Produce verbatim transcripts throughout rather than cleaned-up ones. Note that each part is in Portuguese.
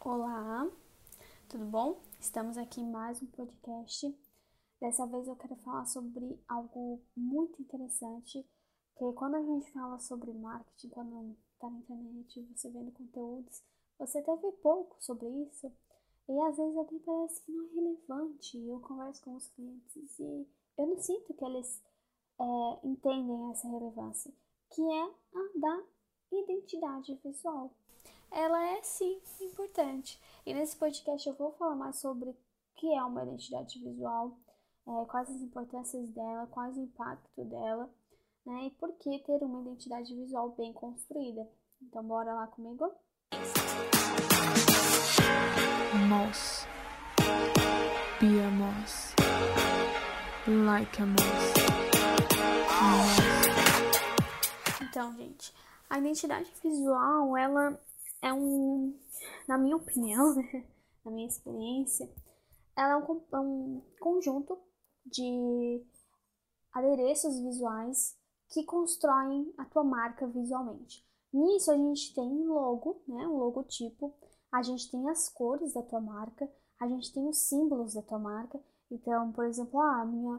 Olá, tudo bom? Estamos aqui em mais um podcast. Dessa vez eu quero falar sobre algo muito interessante, que quando a gente fala sobre marketing, quando está na internet, você vendo conteúdos, você até vê pouco sobre isso, e às vezes até parece que não é relevante. Eu converso com os clientes e eu não sinto que eles é, entendem essa relevância, que é a da identidade visual. Ela é sim importante. E nesse podcast eu vou falar mais sobre o que é uma identidade visual, é, quais as importâncias dela, quais o impacto dela, né? E por que ter uma identidade visual bem construída. Então bora lá comigo? Moss. Be a moss. Like a moss. Moss. Então, gente, a identidade visual, ela é um, na minha opinião, né, na minha experiência, ela é um, é um conjunto de adereços visuais que constroem a tua marca visualmente. Nisso a gente tem um logo, né, um logotipo, a gente tem as cores da tua marca, a gente tem os símbolos da tua marca. Então, por exemplo, ah, a minha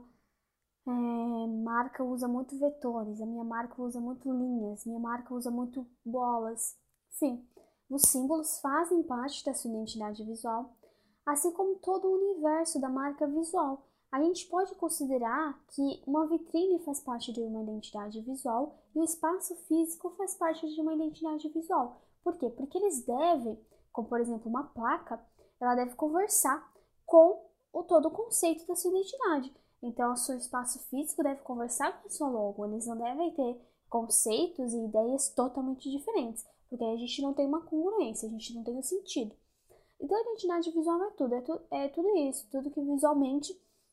é, marca usa muito vetores, a minha marca usa muito linhas, minha marca usa muito bolas. Enfim, os símbolos fazem parte da sua identidade visual, assim como todo o universo da marca visual. A gente pode considerar que uma vitrine faz parte de uma identidade visual e o espaço físico faz parte de uma identidade visual. Por quê? Porque eles devem, como por exemplo uma placa, ela deve conversar com o todo o conceito da sua identidade. Então, o seu espaço físico deve conversar com o seu logo. Eles não devem ter conceitos e ideias totalmente diferentes, porque aí a gente não tem uma congruência, a gente não tem um sentido. Então, a identidade visual é tudo, é, tu, é tudo isso, tudo que visualmente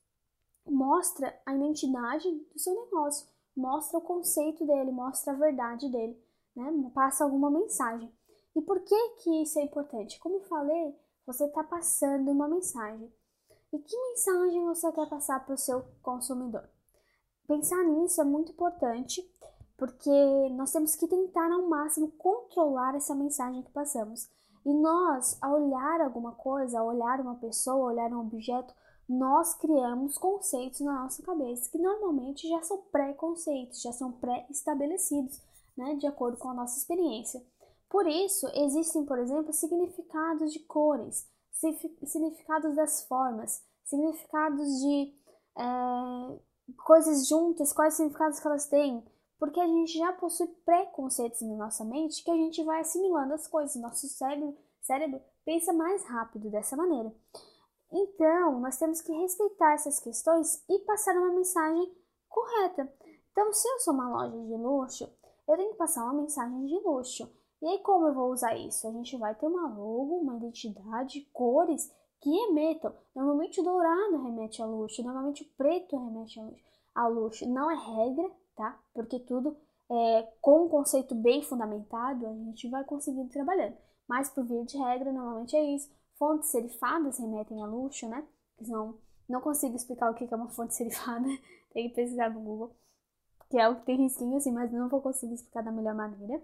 mostra a identidade do seu negócio, mostra o conceito dele, mostra a verdade dele, né? Passa alguma mensagem. E por que que isso é importante? Como eu falei, você está passando uma mensagem. E que mensagem você quer passar para o seu consumidor? Pensar nisso é muito importante, porque nós temos que tentar ao máximo controlar essa mensagem que passamos. E nós, ao olhar alguma coisa, ao olhar uma pessoa, ao olhar um objeto, nós criamos conceitos na nossa cabeça, que normalmente já são pré-conceitos, já são pré-estabelecidos, né, de acordo com a nossa experiência. Por isso, existem, por exemplo, significados de cores, significados das formas, significados de é, coisas juntas, quais significados que elas têm, porque a gente já possui preconceitos na nossa mente que a gente vai assimilando as coisas, nosso cérebro, cérebro pensa mais rápido dessa maneira. Então, nós temos que respeitar essas questões e passar uma mensagem correta. Então, se eu sou uma loja de luxo, eu tenho que passar uma mensagem de luxo. E aí, como eu vou usar isso? A gente vai ter uma logo, uma identidade, cores que remetam. Normalmente o dourado remete a luxo, normalmente o preto remete a luxo. A luxo não é regra, tá? Porque tudo é, com um conceito bem fundamentado, a gente vai conseguindo trabalhando. Mas por via de regra, normalmente é isso. Fontes serifadas remetem a luxo, né? Não, não consigo explicar o que é uma fonte serifada, tem que pesquisar no Google, que é algo que tem risquinho assim, mas não vou conseguir explicar da melhor maneira.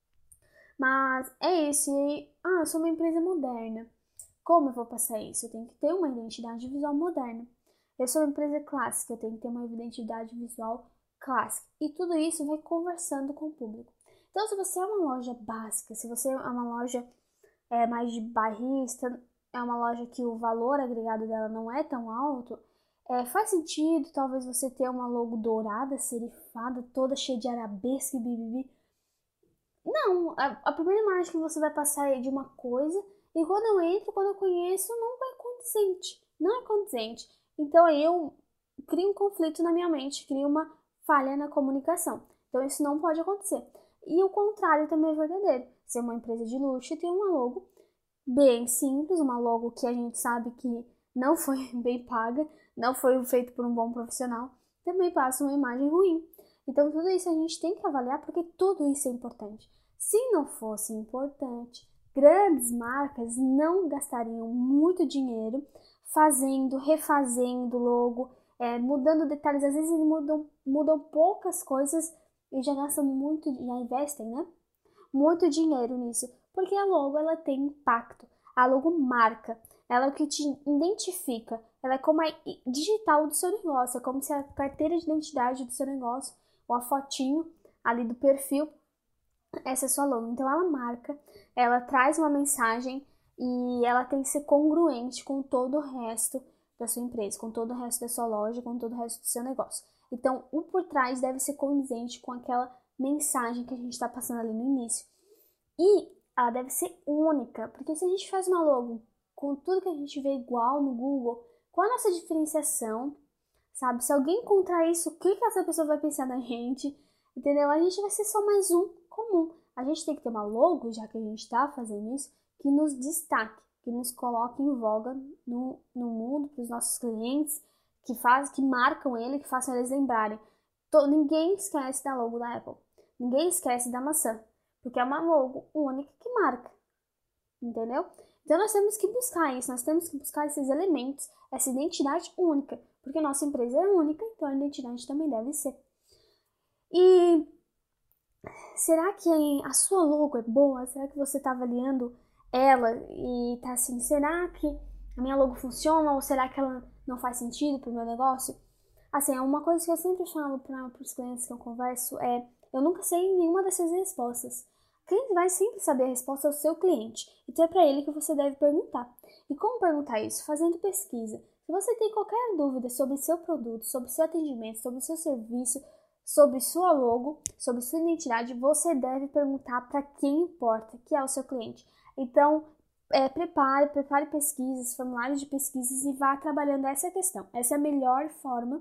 Mas é isso. E, ah, eu sou uma empresa moderna. Como eu vou passar isso? Eu tenho que ter uma identidade visual moderna. Eu sou uma empresa clássica, eu tenho que ter uma identidade visual clássica. E tudo isso vai conversando com o público. Então, se você é uma loja básica, se você é uma loja é, mais de bairrista, é uma loja que o valor agregado dela não é tão alto, é, faz sentido talvez você ter uma logo dourada, serifada, toda cheia de arabesco e bibibi. Não, a, a primeira imagem que você vai passar é de uma coisa, e quando eu entro, quando eu conheço, não é condizente, não é condizente. Então aí eu crio um conflito na minha mente, crio uma falha na comunicação. Então isso não pode acontecer. E o contrário também é verdadeiro. Se é uma empresa de luxo e tem uma logo bem simples, uma logo que a gente sabe que não foi bem paga, não foi feito por um bom profissional, também passa uma imagem ruim. Então tudo isso a gente tem que avaliar porque tudo isso é importante. Se não fosse importante, grandes marcas não gastariam muito dinheiro fazendo, refazendo logo, é, mudando detalhes. Às vezes eles mudam, mudam poucas coisas e já gastam muito, já investem, né? Muito dinheiro nisso, porque a logo ela tem impacto. A logo marca. Ela é o que te identifica. Ela é como a digital do seu negócio. É como se a carteira de identidade do seu negócio, ou a fotinho ali do perfil, essa é a sua logo. Então ela marca, ela traz uma mensagem e ela tem que ser congruente com todo o resto da sua empresa, com todo o resto da sua loja, com todo o resto do seu negócio. Então o por trás deve ser condizente com aquela mensagem que a gente está passando ali no início. E ela deve ser única, porque se a gente faz uma logo com tudo que a gente vê igual no Google, qual a nossa diferenciação, sabe? Se alguém encontrar isso, o que, que essa pessoa vai pensar da gente? Entendeu? A gente vai ser só mais um comum. A gente tem que ter uma logo, já que a gente está fazendo isso, que nos destaque, que nos coloque em voga no, no mundo, para os nossos clientes, que, faz, que marcam ele, que façam eles lembrarem. Tô, ninguém esquece da logo da Apple. Ninguém esquece da maçã, porque é uma logo única que marca. Entendeu? Então nós temos que buscar isso, nós temos que buscar esses elementos, essa identidade única, porque nossa empresa é única, então a identidade também deve ser. E será que a sua logo é boa? Será que você está avaliando ela e está assim, será que a minha logo funciona ou será que ela não faz sentido para o meu negócio? Assim, uma coisa que eu sempre falo para os clientes que eu converso é, eu nunca sei nenhuma dessas respostas. O cliente vai sempre saber a resposta ao seu cliente, então é para ele que você deve perguntar. E como perguntar isso? Fazendo pesquisa. Se você tem qualquer dúvida sobre seu produto, sobre seu atendimento, sobre seu serviço, sobre sua logo, sobre sua identidade, você deve perguntar para quem importa, que é o seu cliente. Então, é, prepare, prepare pesquisas, formulários de pesquisas e vá trabalhando essa questão. Essa é a melhor forma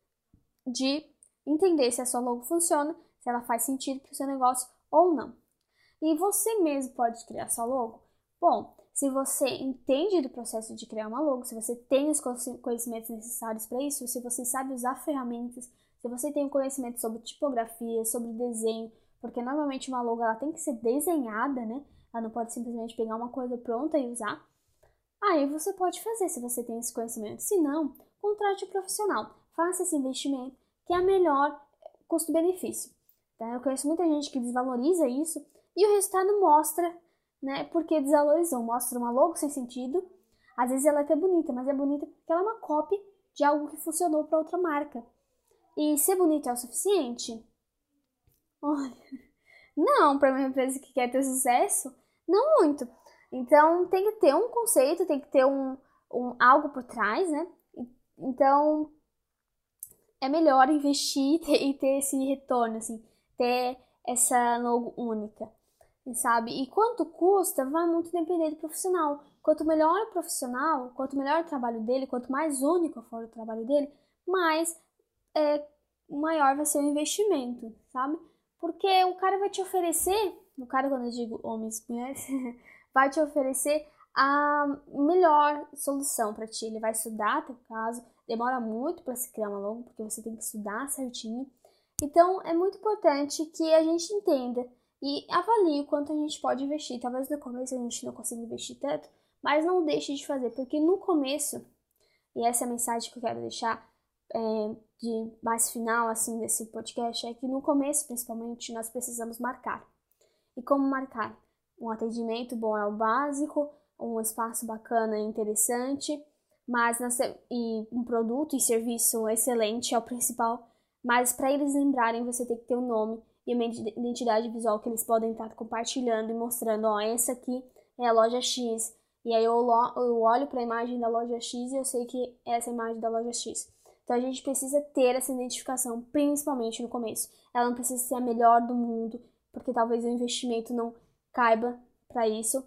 de entender se a sua logo funciona, se ela faz sentido para o seu negócio ou não. E você mesmo pode criar sua logo? Bom, se você entende do processo de criar uma logo, se você tem os conhecimentos necessários para isso, se você sabe usar ferramentas, se você tem o conhecimento sobre tipografia, sobre desenho, porque normalmente uma logo ela tem que ser desenhada, né? Ela não pode simplesmente pegar uma coisa pronta e usar. Aí você pode fazer se você tem esse conhecimento. Se não, contrate um profissional. Faça esse investimento, que é a melhor custo-benefício. Tá? Eu conheço muita gente que desvaloriza isso e o resultado mostra, né? Porque desvalorizou. Mostra uma logo sem sentido. Às vezes ela é até bonita, mas é bonita porque ela é uma cópia de algo que funcionou para outra marca. E ser bonito é o suficiente? Olha, não, para uma empresa que quer ter sucesso, não muito. Então tem que ter um conceito, tem que ter um, um algo por trás, né? Então é melhor investir e ter, e ter esse retorno, assim, ter essa logo única, sabe? E quanto custa vai muito depender do profissional. Quanto melhor o profissional, quanto melhor o trabalho dele, quanto mais único for o trabalho dele, mais é, maior vai ser o investimento, sabe? Porque o cara vai te oferecer, o cara, quando eu digo homens e mulheres, vai te oferecer a melhor solução para ti. Ele vai estudar teu caso, demora muito para se criar uma logo, porque você tem que estudar certinho. Então, é muito importante que a gente entenda e avalie o quanto a gente pode investir. Talvez no começo a gente não consiga investir tanto, mas não deixe de fazer, porque no começo, e essa é a mensagem que eu quero deixar é, de mais final assim desse podcast, é que no começo, principalmente, nós precisamos marcar. E como marcar? Um atendimento bom é o básico, um espaço bacana e interessante, mas nós, e um produto e serviço excelente é o principal, mas para eles lembrarem você tem que ter um nome e uma identidade visual que eles podem estar compartilhando e mostrando, ó, essa aqui é a loja X, e aí eu, eu olho para a imagem da loja X e eu sei que é essa imagem da loja X. Então a gente precisa ter essa identificação, principalmente no começo. Ela não precisa ser a melhor do mundo, porque talvez o investimento não caiba para isso,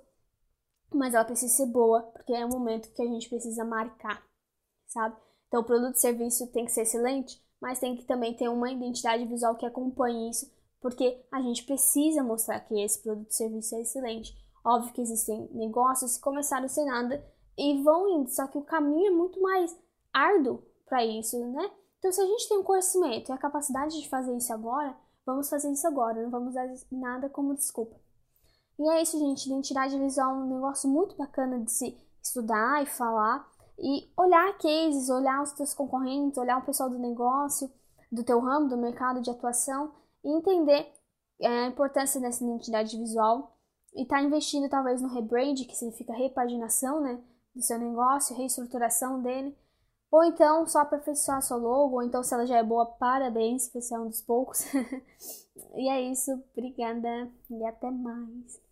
mas ela precisa ser boa, porque é o momento que a gente precisa marcar, sabe? Então o produto e serviço tem que ser excelente, mas tem que também ter uma identidade visual que acompanhe isso, porque a gente precisa mostrar que esse produto e serviço é excelente. Óbvio que existem negócios que começaram sem nada e vão indo, só que o caminho é muito mais árduo para isso, né? Então, se a gente tem o conhecimento e a capacidade de fazer isso agora, vamos fazer isso agora, não vamos usar nada como desculpa. E é isso, gente. Identidade visual é um negócio muito bacana de se estudar e falar, e olhar cases, olhar os teus concorrentes, olhar o pessoal do negócio, do teu ramo, do mercado de atuação, e entender a importância dessa identidade visual e tá investindo talvez no rebrand, que significa repaginação, né, do seu negócio, reestruturação dele, ou então só aperfeiçoar sua logo, ou então se ela já é boa, parabéns, se você é um dos poucos. E é isso, obrigada e até mais.